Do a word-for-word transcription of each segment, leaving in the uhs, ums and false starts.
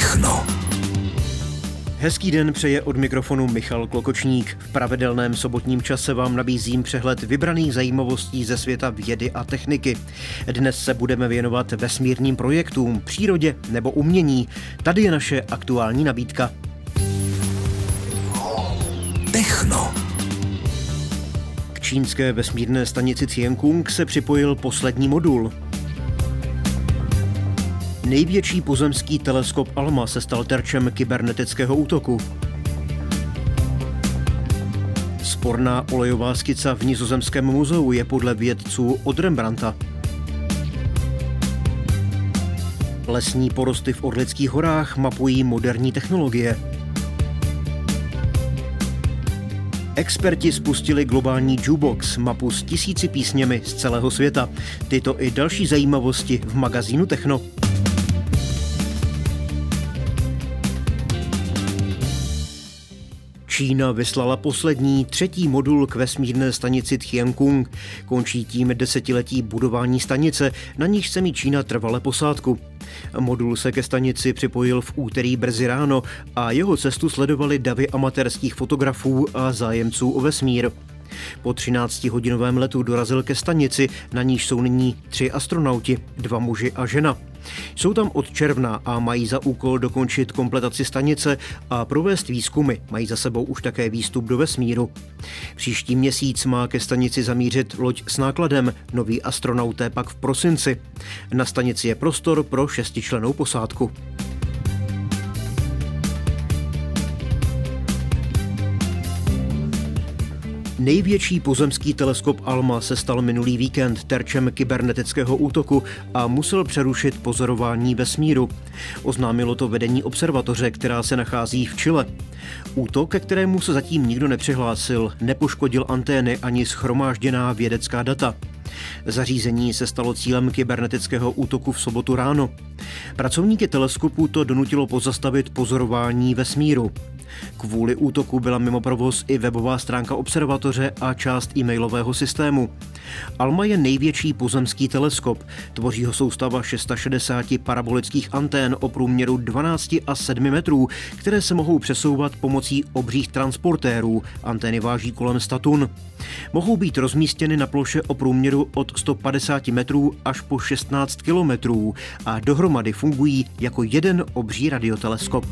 Techno. Hezký den přeje od mikrofonu Michal Klokočník. V pravidelném sobotním čase vám nabízím přehled vybraných zajímavostí ze světa vědy a techniky. Dnes se budeme věnovat vesmírným projektům, přírodě nebo umění. Tady je naše aktuální nabídka. Techno. K čínské vesmírné stanici Tiangong se připojil poslední modul. Největší pozemský teleskop ALMA se stal terčem kybernetického útoku. Sporná olejová skica v Nizozemském muzeu je podle vědců od Rembrandta. Lesní porosty v Orlických horách mapují moderní technologie. Experti spustili globální jukebox, mapu s tisíci písněmi z celého světa. Tyto i další zajímavosti v magazínu Techno. Čína vyslala poslední, třetí modul k vesmírné stanici Tiangong. Končí tím desetiletí budování stanice, na níž se mi Čína trvale posádku. Modul se ke stanici připojil v úterý brzy ráno a jeho cestu sledovali davy amatérských fotografů a zájemců o vesmír. Po třináctihodinovém letu dorazil ke stanici, na níž jsou nyní tři astronauti, dva muži a žena. Jsou tam od června a mají za úkol dokončit kompletaci stanice a provést výzkumy. Mají za sebou už také výstup do vesmíru. Příští měsíc má ke stanici zamířit loď s nákladem, noví astronauté pak v prosinci. Na stanici je prostor pro šestičlennou posádku. Největší pozemský teleskop ALMA se stal minulý víkend terčem kybernetického útoku a musel přerušit pozorování vesmíru. Oznámilo to vedení observatoře, která se nachází v Chile. Útok, ke kterému se zatím nikdo nepřihlásil, nepoškodil antény ani shromážděná vědecká data. Zařízení se stalo cílem kybernetického útoku v sobotu ráno. Pracovníky teleskopu to donutilo pozastavit pozorování vesmíru. Kvůli útoku byla mimo provoz i webová stránka observatoře a část e-mailového systému. ALMA je největší pozemský teleskop. Tvoří ho soustava šest set šedesát parabolických antén o průměru dvanáct a sedm metrů, které se mohou přesouvat pomocí obřích transportérů. Antény váží kolem sto tun. Mohou být rozmístěny na ploše o průměru od sto padesát metrů až po šestnáct kilometrů a dohromady fungují jako jeden obří radioteleskop.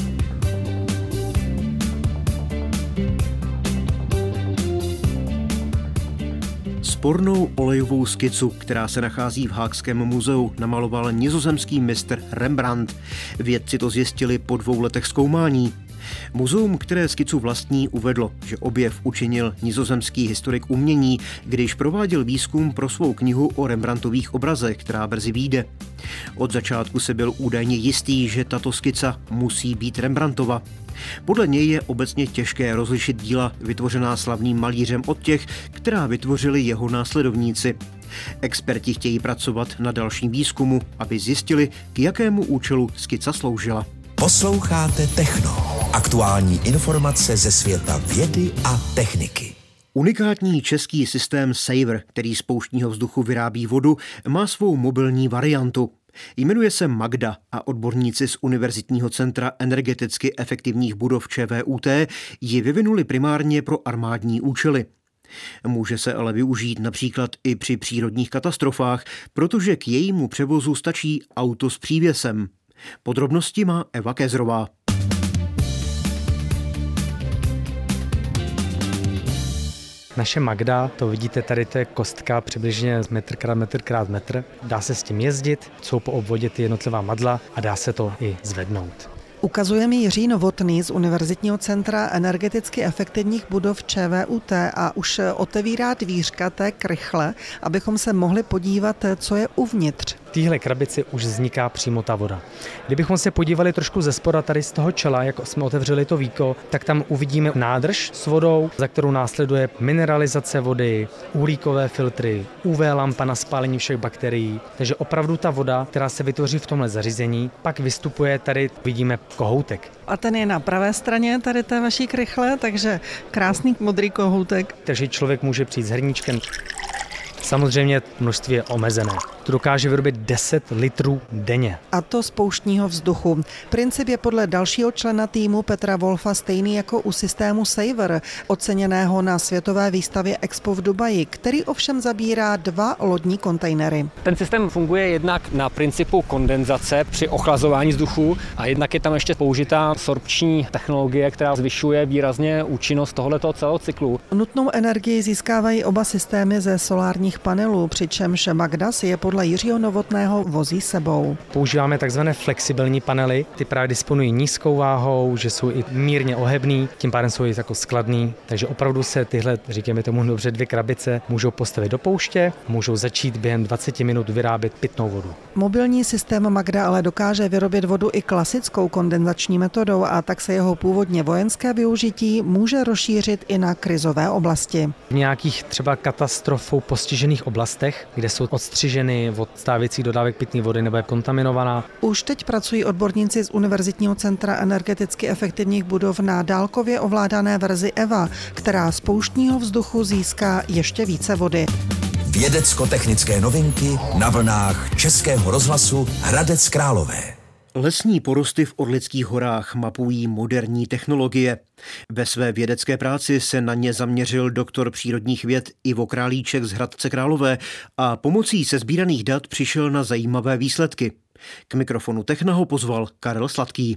Spornou olejovou skicu, která se nachází v Haagském muzeu, namaloval nizozemský mistr Rembrandt. Vědci to zjistili po dvou letech zkoumání. Muzeum, které skicu vlastní, uvedlo, že objev učinil nizozemský historik umění, když prováděl výzkum pro svou knihu o Rembrandtových obrazech, která brzy vyjde. Od začátku se byl údajně jistý, že tato skica musí být Rembrandtova. Podle něj je obecně těžké rozlišit díla vytvořená slavným malířem od těch, která vytvořili jeho následovníci. Experti chtějí pracovat na dalším výzkumu, aby zjistili, k jakému účelu skica sloužila. Posloucháte Techno. Aktuální informace ze světa vědy a techniky. Unikátní český systém Saver, který z pouštního vzduchu vyrábí vodu, má svou mobilní variantu. Jmenuje se Magda a odborníci z Univerzitního centra energeticky efektivních budov ČVUT ji vyvinuli primárně pro armádní účely. Může se ale využít například i při přírodních katastrofách, protože k jejímu převozu stačí auto s přívěsem. Podrobnosti má Eva Kezrová. Naše Magda, to vidíte tady, to je kostka přibližně metr krát metr krát metr. Dá se s tím jezdit, jsou po obvodě ty jednotlivá madla a dá se to i zvednout. Ukazuje mi Jiří Novotný z Univerzitního centra energeticky efektivních budov ČVUT a už otevírá dvířka té krychle, abychom se mohli podívat, co je uvnitř. V téhle krabici už vzniká přímo ta voda. Kdybychom se podívali trošku ze spoda tady z toho čela, jak jsme otevřeli to víko, tak tam uvidíme nádrž s vodou, za kterou následuje mineralizace vody, uhlíkové filtry, U V lampa na spálení všech bakterií. Takže opravdu ta voda, která se vytvoří v tomhle zařízení, pak vystupuje tady, vidíme kohoutek. A ten je na pravé straně tady té vaší krychle, takže krásný modrý kohoutek. Takže člověk může přijít s hrníčkem, Samozřejmě množství je omezené. To dokáže vyrobit deset litrů denně. A to z pouštního vzduchu. Princip je podle dalšího člena týmu Petra Wolfa stejný jako u systému Saver, oceněného na světové výstavě Expo v Dubaji, který ovšem zabírá dva lodní kontejnery. Ten systém funguje jednak na principu kondenzace při ochlazování vzduchu a jednak je tam ještě použitá sorpční technologie, která zvyšuje výrazně účinnost tohoto celého cyklu. Nutnou energii získávají oba systémy ze solárních panelů, přičemž Magda si je podle Jiřího Novotného vozí sebou. Používáme takzvané flexibilní panely, ty právě disponují nízkou váhou, že jsou i mírně ohebný, tím pádem jsou i jako skladný, takže opravdu se tyhle, říkáme tomu dobře, dvě krabice můžou postavit do pouště, můžou začít během dvacet minut vyrábět pitnou vodu. Mobilní systém Magda ale dokáže vyrobit vodu i klasickou kondenzační metodou a tak se jeho původně vojenské využití může rozšířit i na krizové oblasti. V nějakých třeba katastrofou postižených oblastech, kde jsou odstřiženy od stávajících dodávek pitné vody nebo je kontaminovaná. Už teď pracují odborníci z Univerzitního centra energeticky efektivních budov na dálkově ovládané verzi E V A, která z pouštního vzduchu získá ještě více vody. Vědecko-technické novinky na vlnách Českého rozhlasu Hradec Králové. Lesní porosty v Orlických horách mapují moderní technologie. Ve své vědecké práci se na ně zaměřil doktor přírodních věd Ivo Králíček z Hradce Králové a pomocí sesbíraných dat přišel na zajímavé výsledky. K mikrofonu Techna ho pozval Karel Sladký.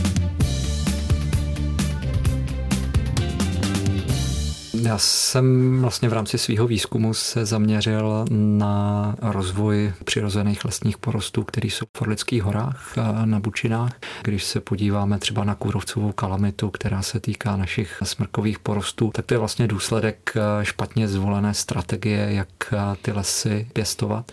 Já jsem vlastně v rámci svého výzkumu se zaměřil na rozvoj přirozených lesních porostů, které jsou v Orlických horách na Bučinách. Když se podíváme třeba na kůrovcovou kalamitu, která se týká našich smrkových porostů, tak to je vlastně důsledek špatně zvolené strategie, jak ty lesy pěstovat.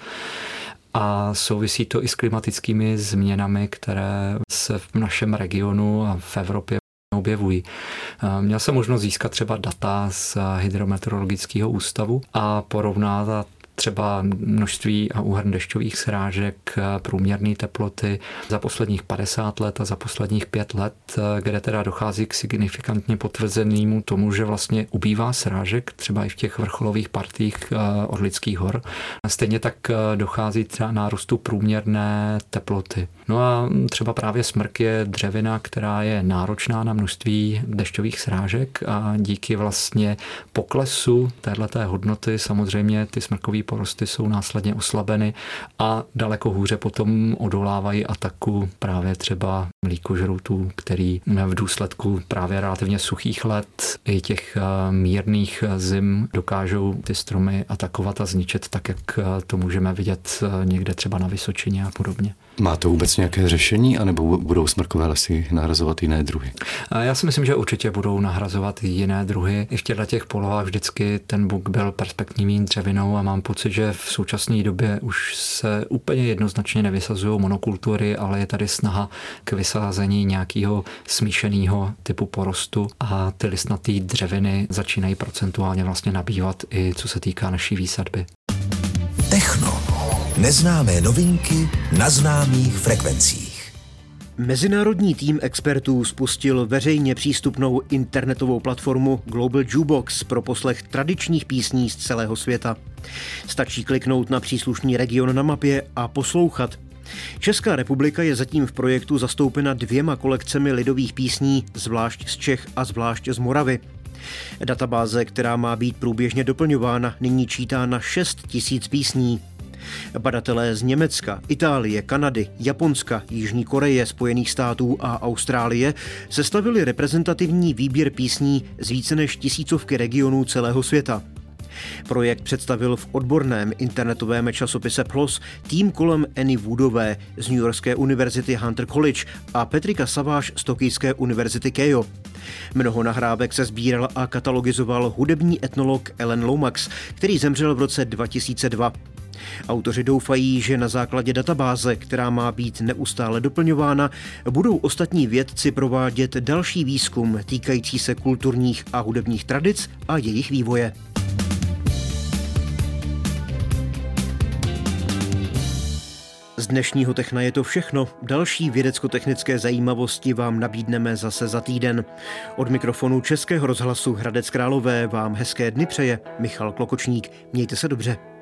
A souvisí to i s klimatickými změnami, které se v našem regionu a v Evropě objevují. Měl jsem možnost získat třeba data z Hydrometeorologického ústavu a porovnat třeba množství a úhrn dešťových srážek, průměrné teploty za posledních padesát let a za posledních pět let, kde teda dochází k signifikantně potvrzenému tomu, že vlastně ubývá srážek, třeba i v těch vrcholových partích Orlických hor. Stejně tak dochází třeba nárůstu průměrné teploty. No a třeba právě smrk je dřevina, která je náročná na množství dešťových srážek a díky vlastně poklesu téhleté hodnoty samozřejmě ty smrkové porosty jsou následně oslabeny a daleko hůře potom odolávají ataku právě třeba mlýkožroutů, který v důsledku právě relativně suchých let i těch mírných zim dokážou ty stromy atakovat a zničit, tak jak to můžeme vidět někde třeba na Vysočině a podobně. Má to vůbec nějaké řešení, anebo budou smrkové lesy nahrazovat jiné druhy? Já si myslím, že určitě budou nahrazovat jiné druhy. I v těchto těch polohách vždycky ten buk byl perspektivní dřevinou a mám pocit, že v současné době už se úplně jednoznačně nevysazují monokultury, ale je tady snaha k vysázení nějakého smíšeného typu porostu a ty listnaté dřeviny začínají procentuálně vlastně nabývat i co se týká naší výsadby. Techno. Neznámé novinky na známých frekvencích. Mezinárodní tým expertů spustil veřejně přístupnou internetovou platformu Global Jukebox pro poslech tradičních písní z celého světa. Stačí kliknout na příslušný region na mapě a poslouchat. Česká republika je zatím v projektu zastoupena dvěma kolekcemi lidových písní, zvlášť z Čech a zvlášť z Moravy. Databáze, která má být průběžně doplňována, nyní čítá na šest tisíc písní. Badatelé z Německa, Itálie, Kanady, Japonska, Jižní Koreje, Spojených států a Austrálie sestavili reprezentativní výběr písní z více než tisícovky regionů celého světa. Projekt představil v odborném internetovém časopise P L O S tým kolem Annie Woodové z Newyorské univerzity Hunter College a Petrika Saváš z Tokijské univerzity Keio. Mnoho nahrávek se sbíral a katalogizoval hudební etnolog Alan Lomax, který zemřel v roce dva tisíce dva. Autoři doufají, že na základě databáze, která má být neustále doplňována, budou ostatní vědci provádět další výzkum týkající se kulturních a hudebních tradic a jejich vývoje. Z dnešního Techna je to všechno. Další vědecko-technické zajímavosti vám nabídneme zase za týden. Od mikrofonu Českého rozhlasu Hradec Králové vám hezké dny přeje Michal Klokočník. Mějte se dobře.